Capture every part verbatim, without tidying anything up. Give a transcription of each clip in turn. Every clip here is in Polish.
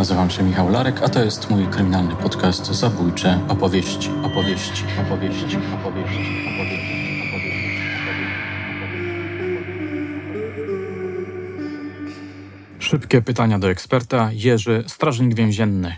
Nazywam się Michał Larek, a to jest mój kryminalny podcast Zabójcze opowieści, opowieści, opowieści, opowieści, opowieści, opowieści. Szybkie pytania do eksperta. Jerzy, strażnik więzienny.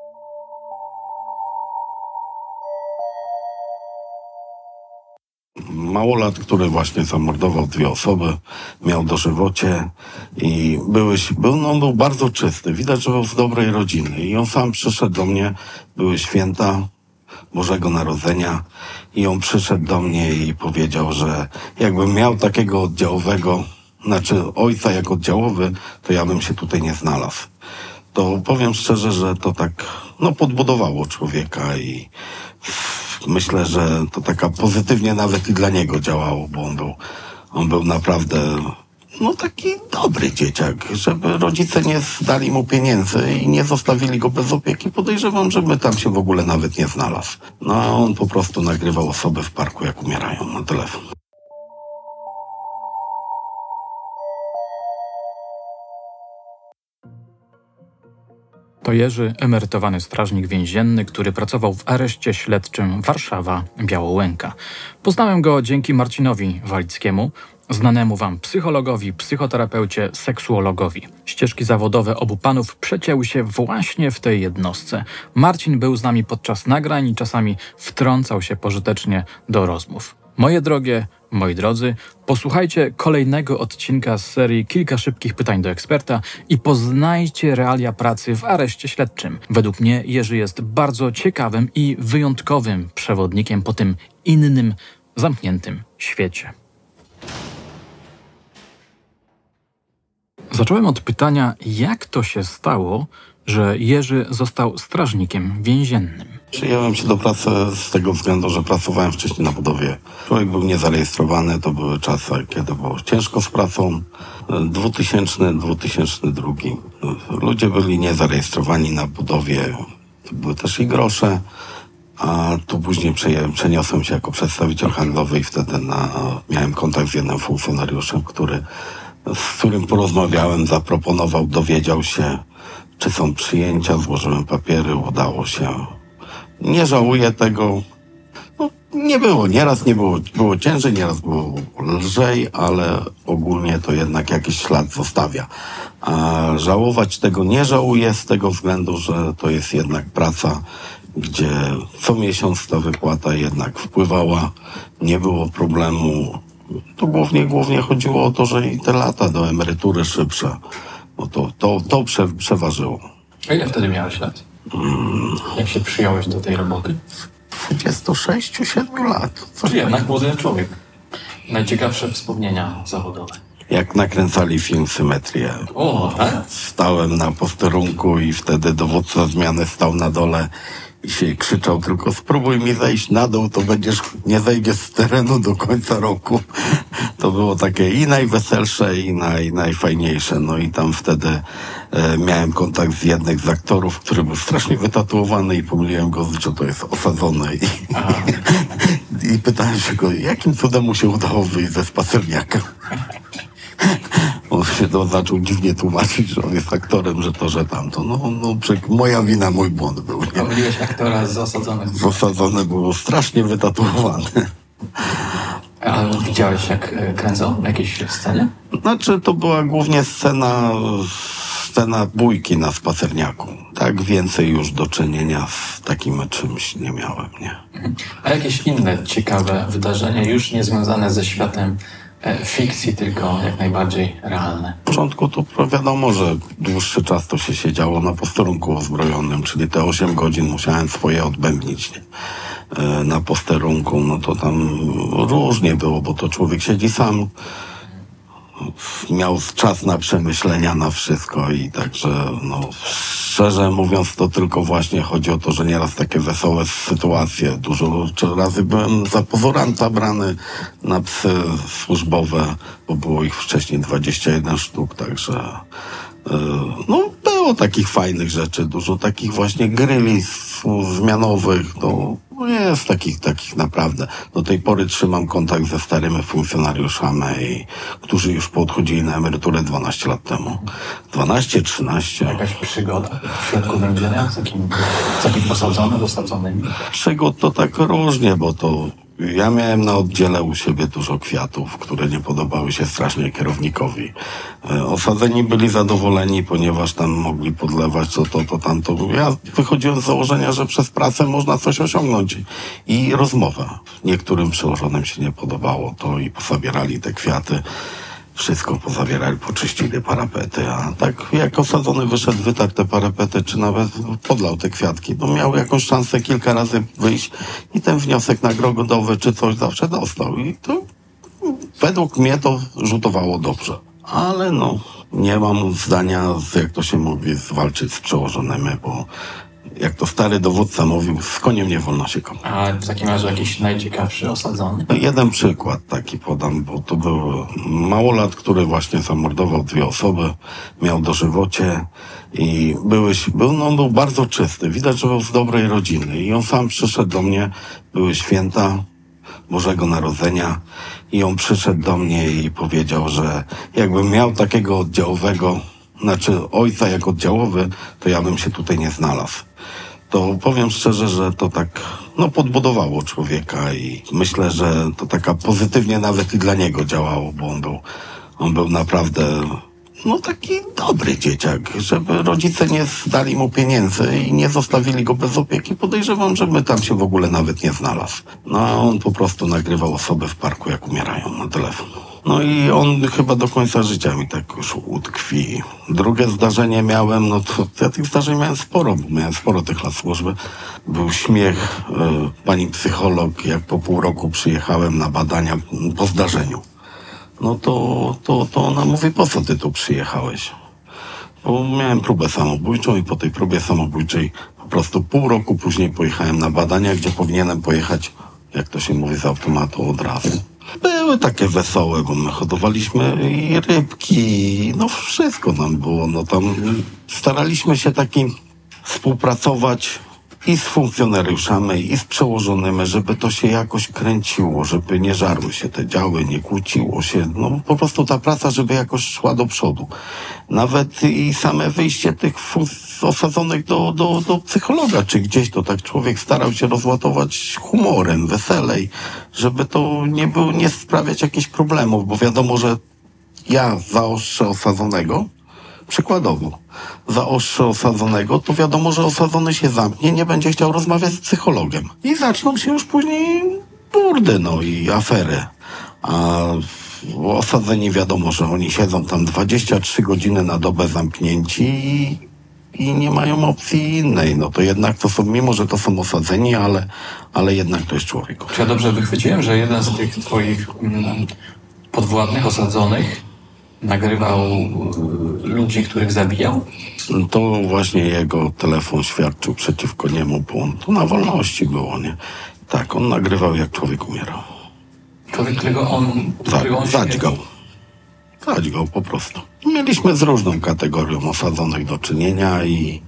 Małolat, który właśnie zamordował dwie osoby, miał dożywocie i były, był, no, on był bardzo czysty. Widać, że był z dobrej rodziny. I on sam przyszedł do mnie, były święta Bożego Narodzenia i on przyszedł do mnie i powiedział, że jakbym miał takiego oddziałowego, znaczy ojca jak oddziałowy, to ja bym się tutaj nie znalazł. To powiem szczerze, że to tak no podbudowało człowieka i myślę, że to taka pozytywnie nawet i dla niego działało, bo on był, on był naprawdę no taki dobry dzieciak, żeby rodzice nie dali mu pieniędzy i nie zostawili go bez opieki. Podejrzewam, żeby tam się w ogóle nawet nie znalazł. No a on po prostu nagrywał osoby w parku, jak umierają, na telefon. To Jerzy, emerytowany strażnik więzienny, który pracował w areszcie śledczym Warszawa-Białołęka. Poznałem go dzięki Marcinowi Walickiemu, znanemu wam psychologowi, psychoterapeucie, seksuologowi. Ścieżki zawodowe obu panów przecięły się właśnie w tej jednostce. Marcin był z nami podczas nagrań i czasami wtrącał się pożytecznie do rozmów. Moje drogie, moi drodzy, posłuchajcie kolejnego odcinka z serii Kilka szybkich pytań do eksperta i poznajcie realia pracy w areszcie śledczym. Według mnie Jerzy jest bardzo ciekawym i wyjątkowym przewodnikiem po tym innym, zamkniętym świecie. Zacząłem od pytania, jak to się stało, że Jerzy został strażnikiem więziennym. Przyjąłem się do pracy z tego względu, że pracowałem wcześniej na budowie. Człowiek był niezarejestrowany, to były czasy, kiedy było ciężko z pracą. dwutysięczny, dwa tysiące drugi. Ludzie byli niezarejestrowani na budowie. To były też i grosze. A tu później przeniosłem się jako przedstawiciel handlowy i wtedy na, miałem kontakt z jednym funkcjonariuszem, który, z którym porozmawiałem, zaproponował, dowiedział się, czy są przyjęcia, złożyłem papiery, udało się. Nie żałuję tego. No, nie było, nieraz nie było, było ciężej, nieraz było lżej, ale ogólnie to jednak jakiś ślad zostawia. A żałować tego nie żałuję z tego względu, że to jest jednak praca, gdzie co miesiąc ta wypłata jednak wpływała, nie było problemu. To głównie, głównie chodziło o to, że i te lata do emerytury szybsze, bo to, to, to prze, przeważyło. A ile wtedy miałeś lat? Hmm. Jak się przyjąłeś do tej roboty? dwadzieścia sześć, siedem lat. Coś jednak młody człowiek. Najciekawsze wspomnienia zawodowe. Jak nakręcali film Symetrię. O, tak? Stałem na posterunku i wtedy dowódca zmiany stał na dole i się krzyczał tylko: spróbuj mi zejść na dół, to będziesz, nie zejdziesz z terenu do końca roku. To było takie i najweselsze, i naj, najfajniejsze. No i tam wtedy e, miałem kontakt z jednym z aktorów, który był strasznie wytatuowany i pomyliłem go, że to jest osadzony. I, i pytałem się go, jakim cudem mu się udało wyjść ze spacerniaka. On się to zaczął dziwnie tłumaczyć, że on jest aktorem, że to, że tamto. No, no, moja wina, mój błąd był. Pomyliłeś aktora z osadzonym. Z osadzony było strasznie wytatuowany. A widziałeś, jak kręcą? Jakieś sceny? Znaczy, to była głównie scena, scena bójki na spacerniaku. Tak więcej już do czynienia z takim czymś nie miałem, nie. A jakieś inne ciekawe wydarzenia, już nie związane ze światem fikcji, tylko jak najbardziej realne? W początku to wiadomo, że dłuższy czas to się siedziało na posterunku uzbrojonym, czyli te osiem godzin musiałem swoje odbębnić, nie? Na posterunku, no to tam różnie było, bo to człowiek siedzi sam, miał czas na przemyślenia, na wszystko i także, no szczerze mówiąc, to tylko właśnie chodzi o to, że nieraz takie wesołe sytuacje. Dużo razy byłem za pozoranta brany na psy służbowe, bo było ich wcześniej dwadzieścia jeden sztuk, także yy, no było takich fajnych rzeczy, dużo takich właśnie gryli zmianowych, no nie, jest takich, takich naprawdę. Do tej pory trzymam kontakt ze starymi funkcjonariuszami, którzy już podchodzili na emeryturę dwanaście lat temu. dwanaście, trzynaście. Jakaś przygoda w środku więzienia z takim, z takim osadzonym, osadzonymi? Przygód to tak różnie, bo to ja miałem na oddziale u siebie dużo kwiatów, które nie podobały się strasznie kierownikowi. E, Osadzeni byli zadowoleni, ponieważ tam mogli podlewać to, to, to, tamto. Ja wychodziłem z założenia, że przez pracę można coś osiągnąć. I rozmowa. Niektórym przełożonym się nie podobało to i pozabierali te kwiaty. Wszystko pozabierali, poczyścili parapety, a tak jak osadzony wyszedł, wytarł te parapety, czy nawet podlał te kwiatki, to miał jakąś szansę kilka razy wyjść i ten wniosek nagrodowy czy coś zawsze dostał. I to według mnie to rzutowało dobrze. Ale no, nie mam zdania, jak to się mówi, zwalczyć z przełożonymi, bo jak to stary dowódca mówił, z koniem nie wolno się kopać. A w takim razie jakiś najciekawszy osadzony? Jeden przykład taki podam, bo to był małolat, który właśnie zamordował dwie osoby, miał dożywocie i były, był, no, on był bardzo czysty. Widać, że był z dobrej rodziny i on sam przyszedł do mnie, były święta Bożego Narodzenia i on przyszedł do mnie i powiedział, że jakbym miał takiego oddziałowego, znaczy ojca jak oddziałowy, to ja bym się tutaj nie znalazł. To powiem szczerze, że to tak, no, podbudowało człowieka i myślę, że to taka pozytywnie nawet i dla niego działało, bo on był, on był naprawdę, no, taki dobry dzieciak, żeby rodzice nie dali mu pieniędzy i nie zostawili go bez opieki. Podejrzewam, że by tam się w ogóle nawet nie znalazł. No, a on po prostu nagrywał osoby w parku, jak umierają, na telefon. No i on chyba do końca życia mi tak już utkwi. Drugie zdarzenie miałem, no to ja tych zdarzeń miałem sporo, bo miałem sporo tych lat służby. Był śmiech y, pani psycholog, jak po pół roku przyjechałem na badania po zdarzeniu. No to, to, to ona mówi, po co ty tu przyjechałeś? Bo miałem próbę samobójczą i po tej próbie samobójczej po prostu pół roku później pojechałem na badania, gdzie powinienem pojechać, jak to się mówi, z automatu od razu. Były takie wesołe, bo my hodowaliśmy i rybki, no wszystko nam było, no tam staraliśmy się taki współpracować i z funkcjonariuszami, i z przełożonymi, żeby to się jakoś kręciło, żeby nie żarły się te działy, nie kłóciło się, no po prostu ta praca, żeby jakoś szła do przodu. Nawet i same wyjście tych osadzonych do, do, do psychologa, czy gdzieś, to tak człowiek starał się rozładować humorem, weselej, żeby to nie było, nie sprawiać jakichś problemów, bo wiadomo, że ja zaostrzę osadzonego, przykładowo, zaostrzę osadzonego, to wiadomo, że osadzony się zamknie, nie będzie chciał rozmawiać z psychologiem. I zaczną się już później burdy, no i afery. A osadzeni wiadomo, że oni siedzą tam dwadzieścia trzy godziny na dobę zamknięci i, i nie mają opcji innej. No to jednak to są, mimo że to są osadzeni, ale, ale jednak to jest człowiek. Czy ja dobrze wychwyciłem, że jeden z tych twoich mm, podwładnych, osadzonych nagrywał y, ludzi, których zabijał? To właśnie jego telefon świadczył przeciwko niemu, bo on to na wolności było, nie? Tak, on nagrywał, jak człowiek umierał. Człowiek, którego on... Którego on Zadźgał. Zadźgał po prostu. Mieliśmy z różną kategorią osadzonych do czynienia i,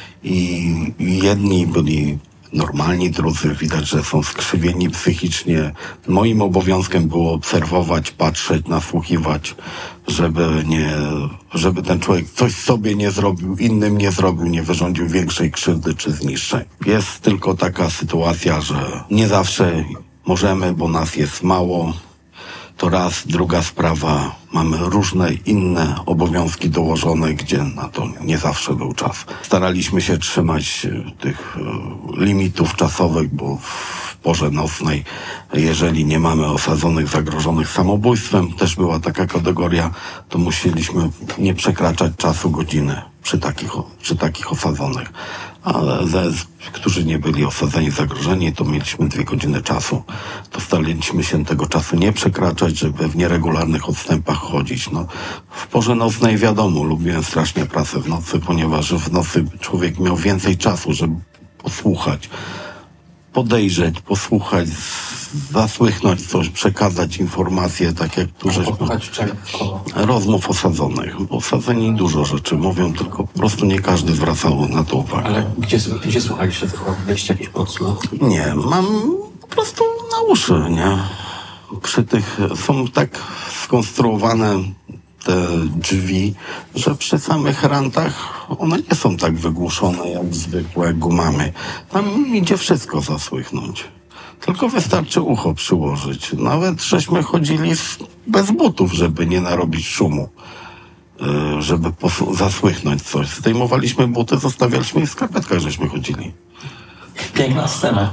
i jedni byli normalni, drudzy widać, że są skrzywieni psychicznie. Moim obowiązkiem było obserwować, patrzeć, nasłuchiwać, żeby nie, żeby ten człowiek coś sobie nie zrobił, innym nie zrobił, nie wyrządził większej krzywdy czy zniszczeń. Jest tylko taka sytuacja, że nie zawsze możemy, bo nas jest mało. To raz. Druga sprawa, mamy różne inne obowiązki dołożone, gdzie na to nie zawsze był czas. Staraliśmy się trzymać tych limitów czasowych, bo w porze nocnej, jeżeli nie mamy osadzonych zagrożonych samobójstwem, też była taka kategoria, to musieliśmy nie przekraczać czasu godziny przy takich, przy takich osadzonych. Ale ze, którzy nie byli osadzeni, zagrożeni, to mieliśmy dwie godziny czasu. To staraliśmy się tego czasu nie przekraczać, żeby w nieregularnych odstępach chodzić. No, w porze nocnej wiadomo, lubiłem strasznie pracę w nocy, ponieważ w nocy człowiek miał więcej czasu, żeby posłuchać, podejrzeć, posłuchać, zasłychnąć coś, przekazać informacje, tak jak tu żeśmy... Rozmów osadzonych. Osadzeni dużo rzeczy mówią, tylko po prostu nie każdy zwracał na to uwagę. Ale gdzie, gdzie słuchaliście tego? Mieliście jakiś podsłuch? Nie, mam po prostu na uszy, nie? Przy tych są tak skonstruowane te drzwi, że przy samych rantach one nie są tak wygłuszone jak zwykłe gumamy. Tam idzie wszystko zasłychnąć. Tylko wystarczy ucho przyłożyć. Nawet żeśmy chodzili bez butów, żeby nie narobić szumu. Żeby zasłychnąć coś. Zdejmowaliśmy buty, zostawialiśmy je w skarpetkach, żeśmy chodzili. Piękna scena.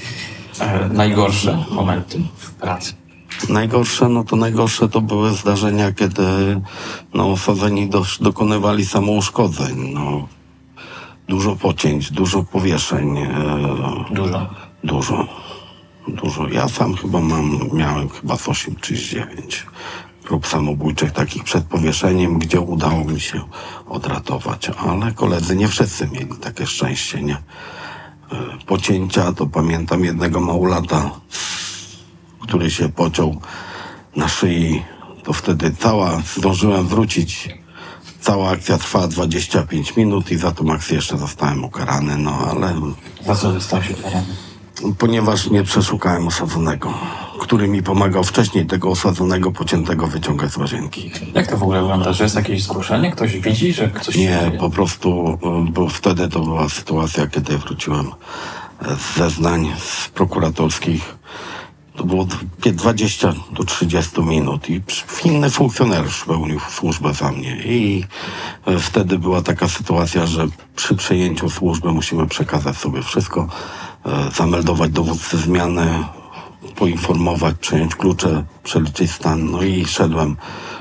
E, najgorsze momenty w pracy. Najgorsze, no to najgorsze to były zdarzenia, kiedy no, osadzeni do, dokonywali samouszkodzeń. No, dużo pocięć, dużo powieszeń. E, dużo? Dużo. Dużo. Ja sam chyba mam, miałem chyba z osiem czy dziewięć prób samobójczych takich przed powieszeniem, gdzie udało mi się odratować. Ale koledzy nie wszyscy mieli takie szczęście, nie? Pocięcia, to pamiętam jednego małolata, który się pociął na szyi. To wtedy cała, zdążyłem wrócić. Cała akcja trwała dwadzieścia pięć minut i za tą akcję jeszcze zostałem ukarany, no ale... Za co został się ukarany? Ponieważ nie przeszukałem osadzonego, który mi pomagał wcześniej tego osadzonego pociętego wyciągać z łazienki. Jak to w ogóle wygląda? Że jest jakieś zgłoszenie? Ktoś widzi, że ktoś... Nie, po prostu, bo wtedy to była sytuacja, kiedy wróciłem z zeznań z prokuratorskich. To było dwadzieścia do trzydziestu minut i inny funkcjonariusz pełnił służbę za mnie. I wtedy była taka sytuacja, że przy przejęciu służby musimy przekazać sobie wszystko, zameldować dowódcy zmiany, poinformować, przejąć klucze, przeliczyć stan. No i szedłem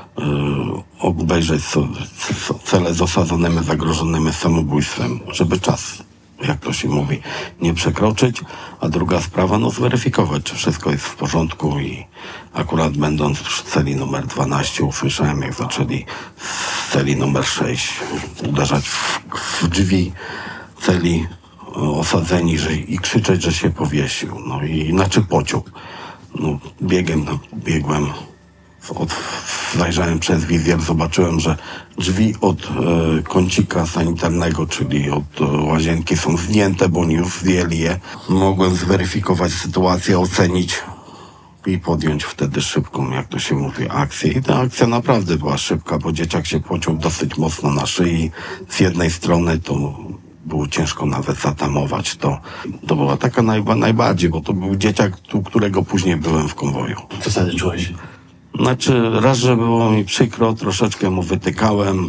obejrzeć cele z osadzonymi, zagrożonymi samobójstwem, żeby czas, jak to się mówi, nie przekroczyć, a druga sprawa, no zweryfikować, czy wszystko jest w porządku i akurat będąc w celi numer dwanaście usłyszałem, jak zaczęli z celi numer sześć uderzać w, w drzwi celi osadzeni że, i krzyczeć, że się powiesił, no i znaczy pociął. No biegiem, no, biegłem Od, zajrzałem przez wizjer, zobaczyłem, że drzwi od e, kącika sanitarnego, czyli od e, łazienki są zdjęte, bo oni już zdjęli je. Mogłem zweryfikować sytuację, ocenić i podjąć wtedy szybką, jak to się mówi, akcję. I ta akcja naprawdę była szybka, bo dzieciak się pociął dosyć mocno na szyi. Z jednej strony to było ciężko nawet zatamować to. To była taka najba, najbardziej, bo to był dzieciak, u którego później byłem w konwoju. Co wtedy czułeś? Znaczy, raz, że było mi przykro, troszeczkę mu wytykałem,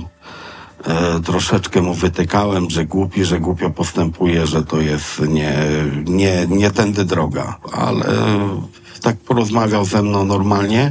e, troszeczkę mu wytykałem, że głupi, że głupio postępuje, że to jest nie, nie, nie tędy droga, ale tak porozmawiał ze mną normalnie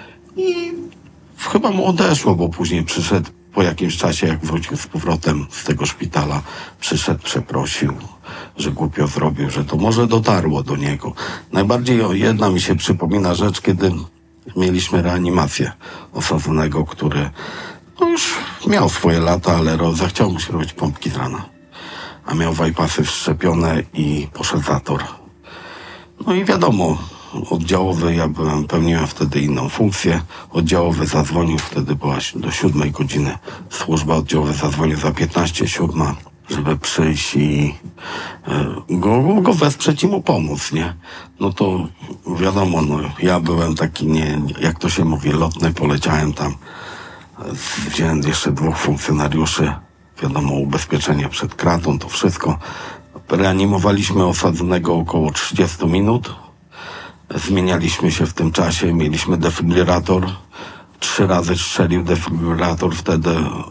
i chyba mu odeszło, bo później przyszedł po jakimś czasie, jak wrócił z powrotem z tego szpitala, przyszedł, przeprosił, że głupio zrobił, że to może dotarło do niego. Najbardziej jedna mi się przypomina rzecz, kiedy mieliśmy reanimację osadzonego, który no już miał swoje lata, ale ro, zachciał mu się robić pompki z rana. A miał wajpasy wszczepione i poszedł za tor. No i wiadomo, oddziałowy, ja byłem, pełniłem wtedy inną funkcję. Oddziałowy zadzwonił, wtedy była do siódmej godziny służba, oddziałowy zadzwonił za piętnaście siódma, żeby przyjść i y, go, go wesprzeć i mu pomóc, nie? No to wiadomo, no ja byłem taki, nie, jak to się mówi, lotny, poleciałem tam, wziąłem jeszcze dwóch funkcjonariuszy, wiadomo, ubezpieczenie przed kratą, to wszystko. Reanimowaliśmy osadzonego około trzydzieści minut, zmienialiśmy się w tym czasie, mieliśmy defibrylator, trzy razy strzelił defibrylator, wtedy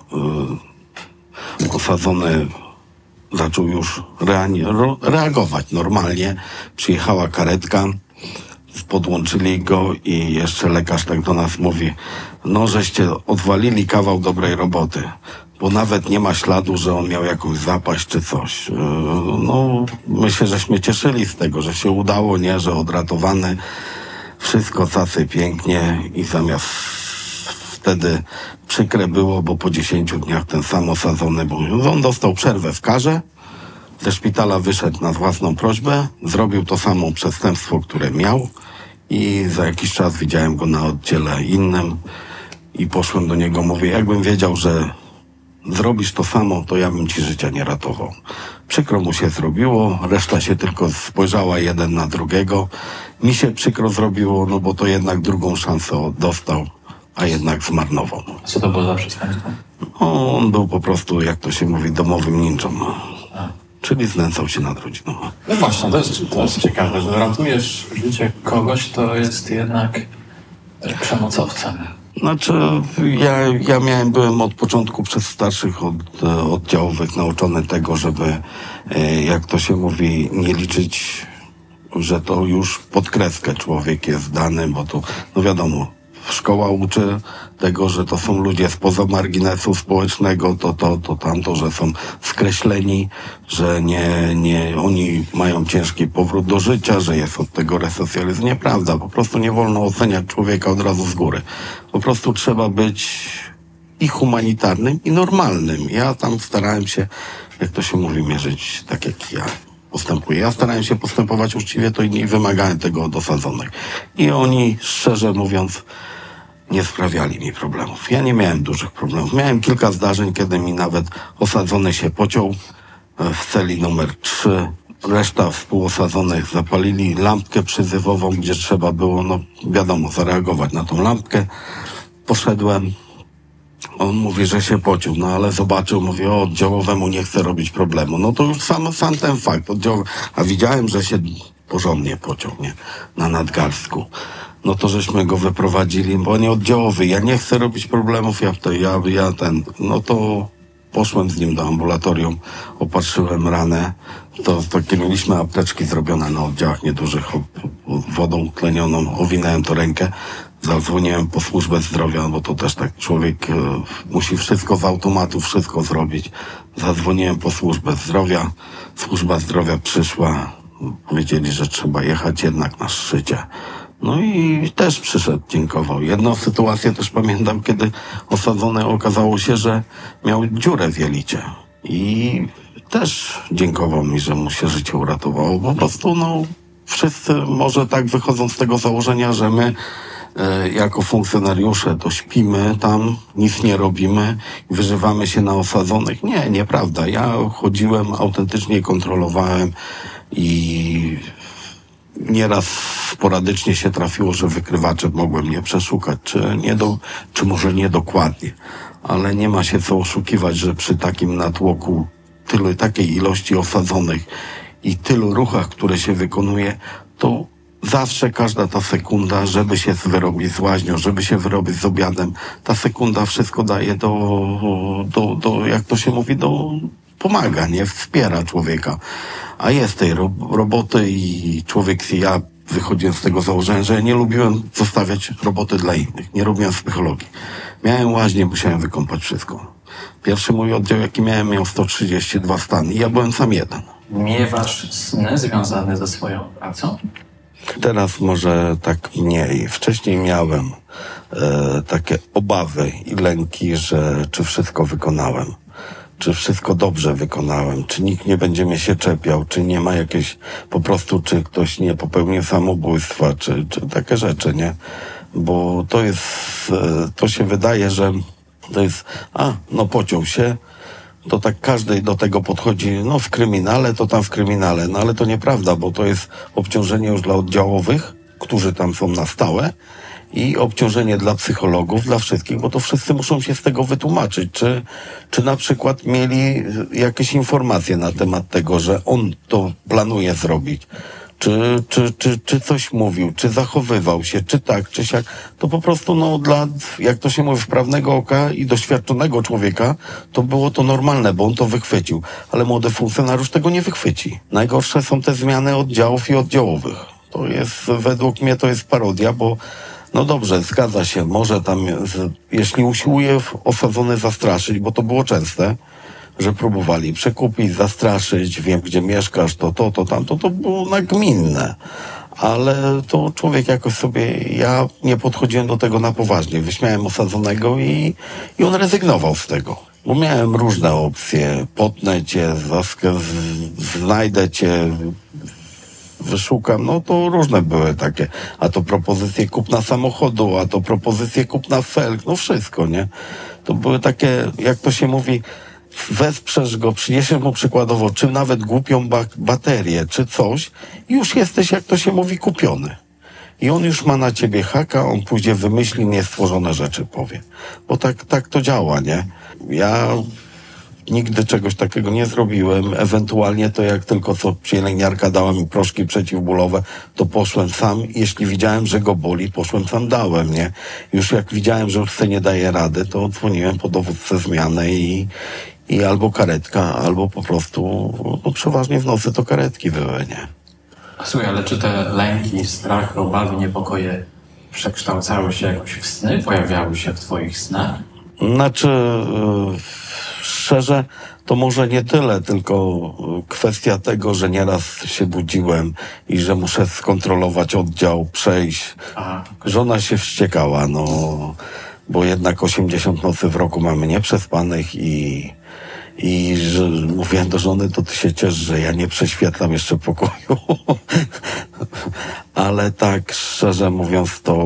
y, osadzony zaczął już reani- reagować normalnie. Przyjechała karetka, podłączyli go i jeszcze lekarz tak do nas mówi, no żeście odwalili kawał dobrej roboty, bo nawet nie ma śladu, że on miał jakąś zapaść czy coś. No my się żeśmy cieszyli z tego, że się udało, nie, że odratowany, wszystko cacy pięknie i zamiast wtedy przykre było, bo po dziesięciu dniach ten sam osadzony był. On dostał przerwę w karze, ze szpitala wyszedł na własną prośbę, zrobił to samo przestępstwo, które miał I za jakiś czas widziałem go na oddziale innym i poszłem do niego, mówię, jakbym wiedział, że zrobisz to samo, to ja bym ci życia nie ratował. Przykro mu się zrobiło, reszta się tylko spojrzała jeden na drugiego. Mi się przykro zrobiło, no bo to jednak drugą szansę dostał, a jednak zmarnował. Co to było za przestępstwo? No, on był po prostu, jak to się mówi, domowym ninją. Czyli znęcał się nad rodziną. No właśnie, to jest, to jest ciekawe, że ratujesz życie kogoś, to jest jednak przemocowcem. Znaczy, ja, ja miałem, byłem od początku przez starszych od, oddziałowych nauczony tego, żeby, jak to się mówi, nie liczyć, że to już pod kreskę człowiek jest dany, bo to, no wiadomo, szkoła uczy tego, że to są ludzie spoza marginesu społecznego, to, to, to tamto, że są skreśleni, że nie, nie, oni mają ciężki powrót do życia, że jest od tego resocjalizm. Nieprawda, po prostu nie wolno oceniać człowieka od razu z góry. Po prostu trzeba być i humanitarnym, i normalnym. Ja tam starałem się, jak to się mówi, mierzyć tak jak ja postępuję. Ja starałem się postępować uczciwie, to i wymagałem tego od osadzonych. I oni, szczerze mówiąc, nie sprawiali mi problemów. Ja nie miałem dużych problemów. Miałem kilka zdarzeń, kiedy mi nawet osadzony się pociął w celi numer trzy. Reszta współosadzonych zapalili lampkę przyzywową, gdzie trzeba było, no wiadomo, zareagować na tą lampkę. Poszedłem. On mówi, że się pociął, no ale zobaczył, mówi, o, oddziałowemu nie chce robić problemu. No to już sam, sam ten fakt. Oddział... A widziałem, że się porządnie pociął, nie? Na nadgarstku. No to żeśmy go wyprowadzili, bo nie oddziałowy. Ja nie chcę robić problemów, ja, to, ja, ja ten... No to poszłem z nim do ambulatorium, opatrzyłem ranę. To takie mieliśmy apteczki zrobione na oddziałach niedużych, wodą tlenioną, owinąłem to rękę. Zadzwoniłem po służbę zdrowia, bo to też tak człowiek e, musi wszystko z automatu, wszystko zrobić. Zadzwoniłem po służbę zdrowia, służba zdrowia przyszła, powiedzieli, że trzeba jechać jednak na szczycie. No i też przyszedł, dziękował. Jedną sytuację też pamiętam, kiedy osadzony okazało się, że miał dziurę w jelicie. I też dziękował mi, że mu się życie uratowało. Po prostu, no, wszyscy może tak wychodzą z tego założenia, że my jako funkcjonariusze to śpimy tam, nic nie robimy, wyżywamy się na osadzonych. Nie, nieprawda. Ja chodziłem, autentycznie kontrolowałem i nieraz sporadycznie się trafiło, że wykrywacze mogłem mnie przeszukać, czy, nie do, czy może niedokładnie. Ale nie ma się co oszukiwać, że przy takim natłoku tylu, takiej ilości osadzonych i tylu ruchach, które się wykonuje, to zawsze każda ta sekunda, żeby się wyrobić z łaźnią, żeby się wyrobić z obiadem, ta sekunda wszystko daje do, do, do jak to się mówi, do, pomaga, nie? Wspiera człowieka. A jest tej ro, roboty i człowiek, ja wychodziłem z tego założenia, że ja nie lubiłem zostawiać roboty dla innych. Nie robiłem psychologii. Miałem łaźnię, musiałem wykąpać wszystko. Pierwszy mój oddział, jaki miałem, miał sto trzydzieści dwa stany i ja byłem sam jeden. Miewasz sny związane ze swoją pracą? Teraz może tak mniej. Wcześniej miałem e, takie obawy i lęki, że czy wszystko wykonałem, czy wszystko dobrze wykonałem, czy nikt nie będzie mnie się czepiał, czy nie ma jakieś, po prostu, czy ktoś nie popełnił samobójstwa, czy, czy takie rzeczy, nie? Bo to jest, e, to się wydaje, że to jest, a, no pociął się, to tak każdy do tego podchodzi, no w kryminale, to tam w kryminale. No ale to nieprawda, bo to jest obciążenie już dla oddziałowych, którzy tam są na stałe i obciążenie dla psychologów, dla wszystkich, bo to wszyscy muszą się z tego wytłumaczyć. Czy, czy na przykład mieli jakieś informacje na temat tego, że on to planuje zrobić. Czy, czy, czy, czy coś mówił, czy zachowywał się, czy tak, czy siak, to po prostu, no, dla, jak to się mówi, wprawnego oka i doświadczonego człowieka, to było to normalne, bo on to wychwycił. Ale młody funkcjonariusz tego nie wychwyci. Najgorsze są te zmiany oddziałów i oddziałowych. To jest, według mnie, to jest parodia, bo, no dobrze, zgadza się, może tam, jeśli usiłuje osadzony zastraszyć, bo to było częste, że próbowali przekupić, zastraszyć, wiem gdzie mieszkasz, to, to, to, tamto, to było nagminne. Ale to człowiek jakoś sobie, ja nie podchodziłem do tego na poważnie. Wyśmiałem osadzonego i, i on rezygnował z tego. Bo miałem różne opcje. Potnę cię, zaskę, znajdę cię, wyszukam, no to różne były takie. A to propozycje kupna samochodu, a to propozycje kupna felg, no wszystko, nie? To były takie, jak to się mówi, wesprzesz go, przyniesiesz mu przykładowo, czy nawet głupią ba baterię, czy coś, i już jesteś, jak to się mówi, kupiony. I on już ma na ciebie haka, on pójdzie wymyśli niestworzone rzeczy, powie. Bo tak, tak to działa, nie? Ja nigdy czegoś takiego nie zrobiłem. Ewentualnie to jak tylko co pielęgniarka dała mi proszki przeciwbólowe, to poszłem sam. Jeśli widziałem, że go boli, poszłem sam, dałem, nie? Już jak widziałem, że już sobie nie daje rady, to dzwoniłem po dowódcę zmiany i, i albo karetka, albo po prostu, no przeważnie w nocy to karetki były, nie? Słuchaj, ale czy te lęki, strach, obawy, niepokoje przekształcały się jakoś w sny? Pojawiały się w twoich snach? Znaczy, yy, szczerze, to może nie tyle, tylko kwestia tego, że nieraz się budziłem i że muszę skontrolować oddział, przejść. Aha. Żona się wściekała, no, bo jednak osiemdziesiąt nocy w roku mamy nieprzespanych i I że mówiłem do żony, to ty się ciesz, że ja nie prześwietlam jeszcze pokoju. Ale tak szczerze mówiąc, to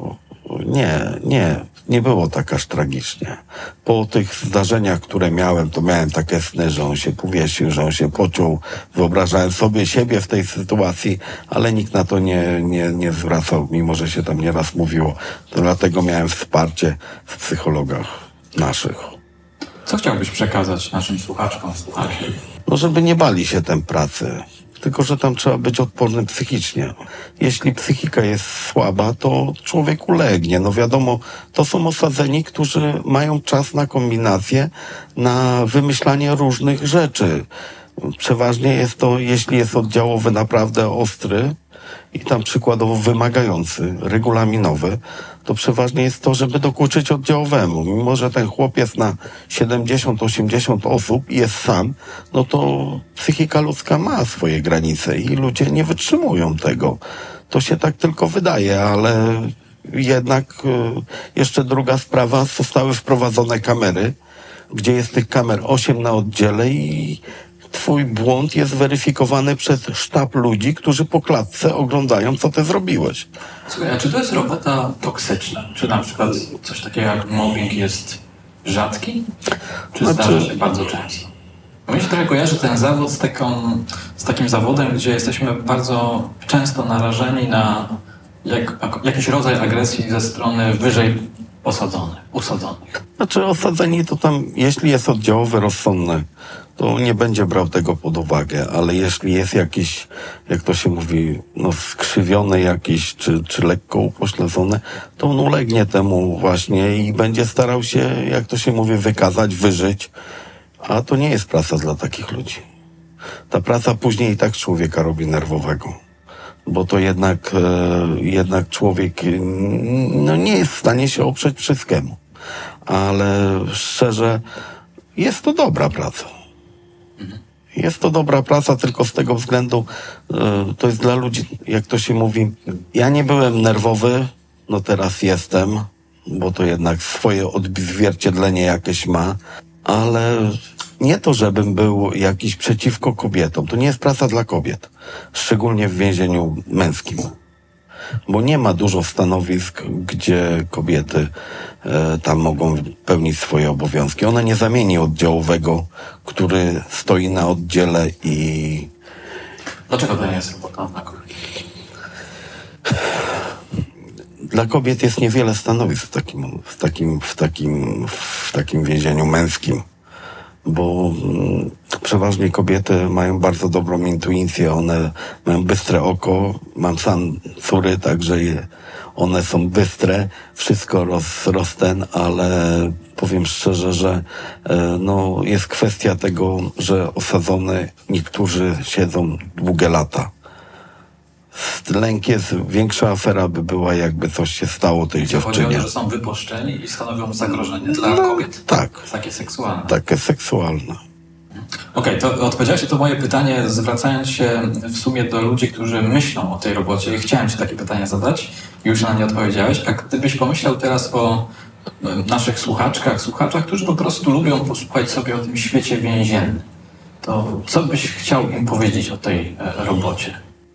nie, nie, nie było tak aż tragicznie. Po tych zdarzeniach, które miałem, to miałem takie sny, że on się powiesił, że on się pociął. Wyobrażałem sobie siebie w tej sytuacji, ale nikt na to nie, nie, nie zwracał, mimo że się tam nieraz mówiło. To dlatego miałem wsparcie w psychologach naszych. Co chciałbyś przekazać naszym słuchaczkom, słuchaczom? No, żeby nie bali się tem pracy. Tylko, że tam trzeba być odpornym psychicznie. Jeśli psychika jest słaba, to człowiek ulegnie. No wiadomo, to są osadzeni, którzy mają czas na kombinację, na wymyślanie różnych rzeczy. Przeważnie jest to, jeśli jest oddziałowy naprawdę ostry i tam przykładowo wymagający, regulaminowy, to przeważnie jest to, żeby dokuczyć oddziałowemu. Mimo że ten chłop jest na siedemdziesiąt osiemdziesiąt osób i jest sam, no to psychika ludzka ma swoje granice i ludzie nie wytrzymują tego. To się tak tylko wydaje, ale jednak jeszcze druga sprawa, zostały wprowadzone kamery, gdzie jest tych kamer osiem na oddziale i twój błąd jest weryfikowany przez sztab ludzi, którzy po klatce oglądają, co ty zrobiłeś. Słuchaj, a czy to jest robota toksyczna? Czy na przykład coś takiego jak mobbing jest rzadki? Czy Znaczy... zdarza się bardzo często? Bo mi się trochę kojarzy ten zawód z, taką, z takim zawodem, gdzie jesteśmy bardzo często narażeni na jak, jakiś rodzaj agresji ze strony wyżej osadzonych, usadzonych. Znaczy osadzeni to tam, jeśli jest oddziałowy, rozsądny, to nie będzie brał tego pod uwagę, ale jeśli jest jakiś, jak to się mówi, no skrzywiony jakiś, czy, czy lekko upośledzony, to on ulegnie temu właśnie i będzie starał się, jak to się mówi, wykazać, wyżyć, a to nie jest praca dla takich ludzi. Ta praca później i tak człowieka robi nerwowego, bo to jednak, e, jednak człowiek no, nie jest w stanie się oprzeć wszystkiemu, ale szczerze, jest to dobra praca. Jest to dobra praca tylko z tego względu, y, to jest dla ludzi, jak to się mówi, ja nie byłem nerwowy, no teraz jestem, bo to jednak swoje odzwierciedlenie jakieś ma, ale nie to, żebym był jakiś przeciwko kobietom. To nie jest praca dla kobiet, szczególnie w więzieniu męskim. Bo nie ma dużo stanowisk, gdzie kobiety e, tam mogą pełnić swoje obowiązki. Ona nie zamieni oddziałowego, który stoi na oddziale i... Dlaczego to nie jest robota dla kobiet? Dla kobiet jest niewiele stanowisk w takim, w takim, w takim, w takim więzieniu męskim. Bo mm, przeważnie kobiety mają bardzo dobrą intuicję, one mają bystre oko, mam sam córy, także je, one są bystre, wszystko roz, rozten, ale powiem szczerze, że e, no, jest kwestia tego, że osadzone niektórzy siedzą długie lata. Lęk jest, większa afera by była, jakby coś się stało tej Gdzie chodzi o dziewczynie. to, że są wypuszczeni i stanowią zagrożenie dla No, kobiet? tak. Takie seksualne. Takie seksualne. Okej, okay, to odpowiedziałeś na to moje pytanie, zwracając się w sumie do ludzi, którzy myślą o tej robocie i chciałem ci takie pytanie zadać i już na nie odpowiedziałeś. A gdybyś pomyślał teraz o naszych słuchaczkach, słuchaczach, którzy po prostu lubią posłuchać sobie o tym świecie więziennym, to co byś chciał im powiedzieć o tej robocie?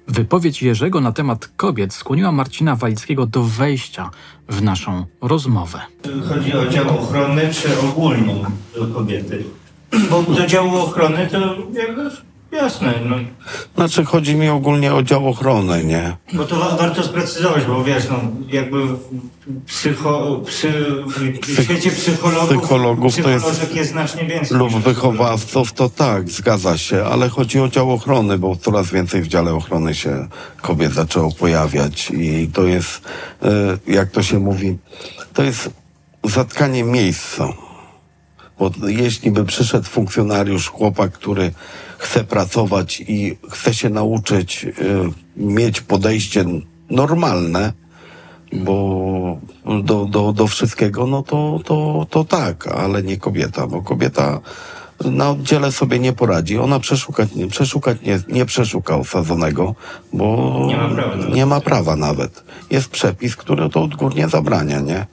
Wypowiedź Jerzego na temat kobiet skłoniła Marcina Walickiego do wejścia w naszą rozmowę. Chodzi o dział ochronny czy ogólnie do kobiety? Bo do działu ochrony to jakby jasne, no. Znaczy chodzi mi ogólnie o dział ochrony, nie? Bo to wa- warto sprecyzować, bo wiesz, no jakby w psycho, psy, w świecie psychologów, psychologów to jest- psycholożek jest znacznie więcej. Lub niż wychowawców, to tak, zgadza się, ale chodzi o dział ochrony, bo coraz więcej w dziale ochrony się kobiet zaczęło pojawiać i to jest, e, jak to się mówi, to jest zatkanie miejsca. Bo jeśli by przyszedł funkcjonariusz, chłopak, który chce pracować i chce się nauczyć y, mieć podejście normalne, bo do, do, do wszystkiego, no to, to, to tak, ale nie kobieta, bo kobieta na oddziale sobie nie poradzi. Ona przeszukać, nie, przeszukać nie, nie przeszuka osadzonego, bo Nie ma prawa nawet. nie ma prawa nawet. Jest przepis, który to odgórnie zabrania, nie?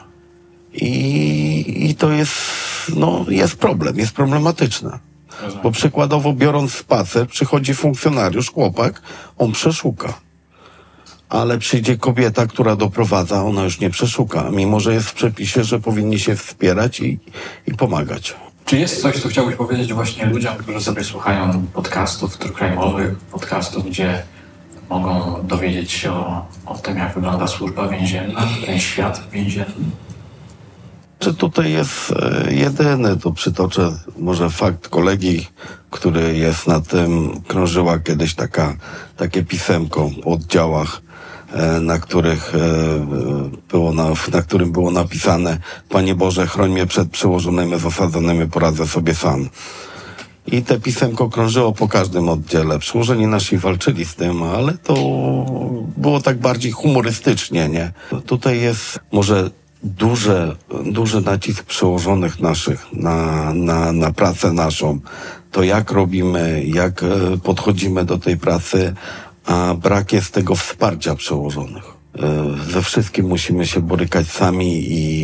I, I to jest, no, jest problem, jest problematyczne. Bo przykładowo biorąc spacer, przychodzi funkcjonariusz, chłopak, on przeszuka. Ale przyjdzie kobieta, która doprowadza, ona już nie przeszuka, mimo że jest w przepisie, że powinni się wspierać i, i pomagać. Czy jest coś, co chciałbyś powiedzieć właśnie ludziom, którzy sobie słuchają podcastów true crime'owych, podcastów, gdzie mogą dowiedzieć się o, o tym, jak wygląda służba więzienna, ten świat więzienny? Czy tutaj jest e, jedyny, to przytoczę może fakt kolegi, który jest na tym, krążyła kiedyś taka, takie pisemko po oddziałach, e, na których e, było na, na którym było napisane: Panie Boże, chroń mnie przed przełożonymi, zasadzonymi, poradzę sobie sam. I te pisemko krążyło po każdym oddziale. Przełożeni nasi walczyli z tym, ale to było tak bardziej humorystycznie, nie? Tutaj jest może duże, duży nacisk przełożonych naszych na, na, na pracę naszą. To jak robimy, jak e, podchodzimy do tej pracy, a brak jest tego wsparcia przełożonych. E, Ze wszystkim musimy się borykać sami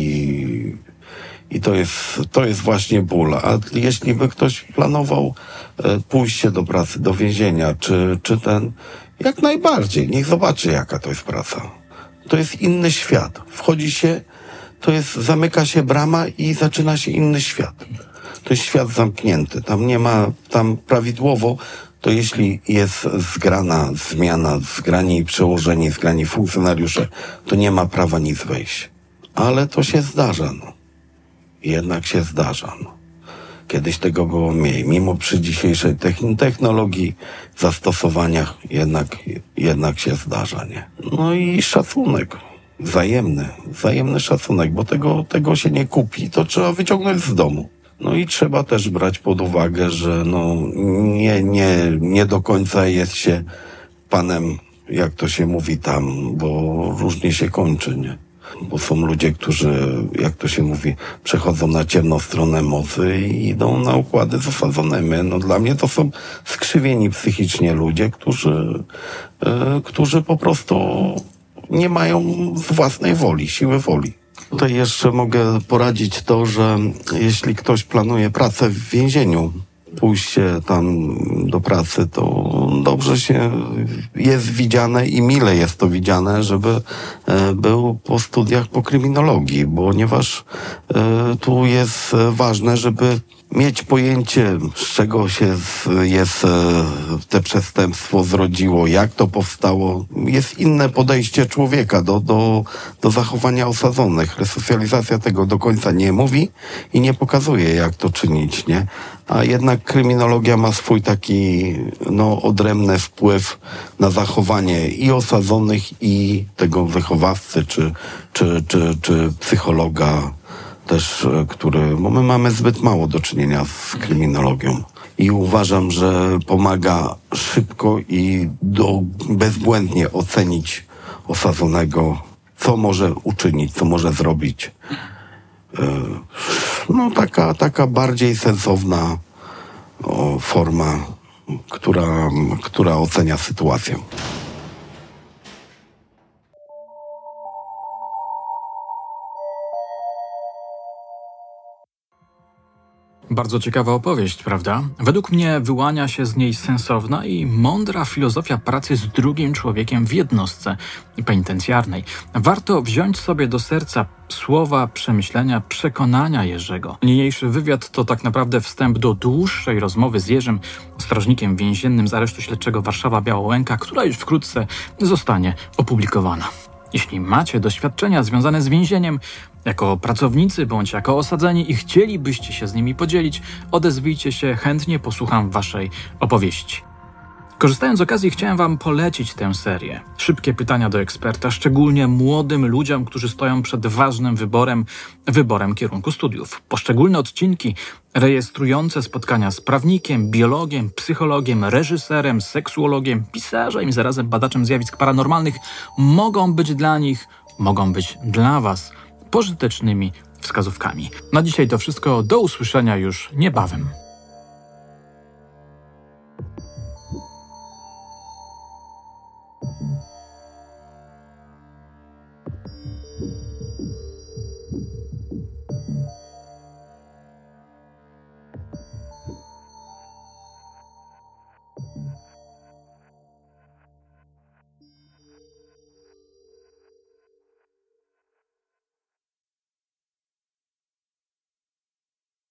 i, i to jest, to jest właśnie ból. A jeśli by ktoś planował e, pójście do pracy, do więzienia, czy, czy ten, jak najbardziej, niech zobaczy, jaka to jest praca. To jest inny świat. Wchodzi się, to jest, zamyka się brama i zaczyna się inny świat. To jest świat zamknięty. Tam nie ma, tam prawidłowo, to jeśli jest zgrana zmiana, zgrani przełożeni, zgrani funkcjonariusze, to nie ma prawa nic wejść. Ale to się zdarza, no. Jednak się zdarza, no. Kiedyś tego było mniej. Mimo przy dzisiejszej techn- technologii, zastosowaniach, jednak, jednak się zdarza, nie? No i szacunek. Wzajemny, wzajemny szacunek, bo tego, tego się nie kupi, to trzeba wyciągnąć z domu. No i trzeba też brać pod uwagę, że no nie, nie, nie do końca jest się panem, jak to się mówi tam, bo różnie się kończy, nie? Bo są ludzie, którzy, jak to się mówi, przechodzą na ciemną stronę mocy i idą na układy z osadzonymi. No dla mnie to są skrzywieni psychicznie ludzie, którzy, e, którzy po prostu nie mają własnej woli, siły woli. Tutaj jeszcze mogę poradzić to, że jeśli ktoś planuje pracę w więzieniu, pójście tam do pracy, to dobrze się jest widziane i mile jest to widziane, żeby e, był po studiach po kryminologii, ponieważ e, tu jest ważne, żeby mieć pojęcie, z czego się z, jest e, te przestępstwo zrodziło, jak to powstało. Jest inne podejście człowieka do, do, do zachowania osadzonych. Resocjalizacja tego do końca nie mówi i nie pokazuje, jak to czynić, nie? A jednak kryminologia ma swój taki, no, odrębny wpływ na zachowanie i osadzonych, i tego wychowawcy, czy, czy, czy, czy psychologa też, który, bo my mamy zbyt mało do czynienia z kryminologią. I uważam, że pomaga szybko i do, bezbłędnie ocenić osadzonego, co może uczynić, co może zrobić. No taka, taka bardziej sensowna o, forma, która, która ocenia sytuację. Bardzo ciekawa opowieść, prawda? Według mnie wyłania się z niej sensowna i mądra filozofia pracy z drugim człowiekiem w jednostce penitencjarnej. Warto wziąć sobie do serca słowa, przemyślenia, przekonania Jerzego. Niniejszy wywiad to tak naprawdę wstęp do dłuższej rozmowy z Jerzym, strażnikiem więziennym z aresztu śledczego Warszawa Białołęka, która już wkrótce zostanie opublikowana. Jeśli macie doświadczenia związane z więzieniem, jako pracownicy bądź jako osadzeni i chcielibyście się z nimi podzielić, odezwijcie się, chętnie posłucham waszej opowieści. Korzystając z okazji, chciałem wam polecić tę serię. Szybkie pytania do eksperta, szczególnie młodym ludziom, którzy stoją przed ważnym wyborem, wyborem kierunku studiów. Poszczególne odcinki rejestrujące spotkania z prawnikiem, biologiem, psychologiem, reżyserem, seksuologiem, pisarzem i zarazem badaczem zjawisk paranormalnych mogą być dla nich, mogą być dla was pożytecznymi wskazówkami. Na dzisiaj to wszystko. Do usłyszenia już niebawem.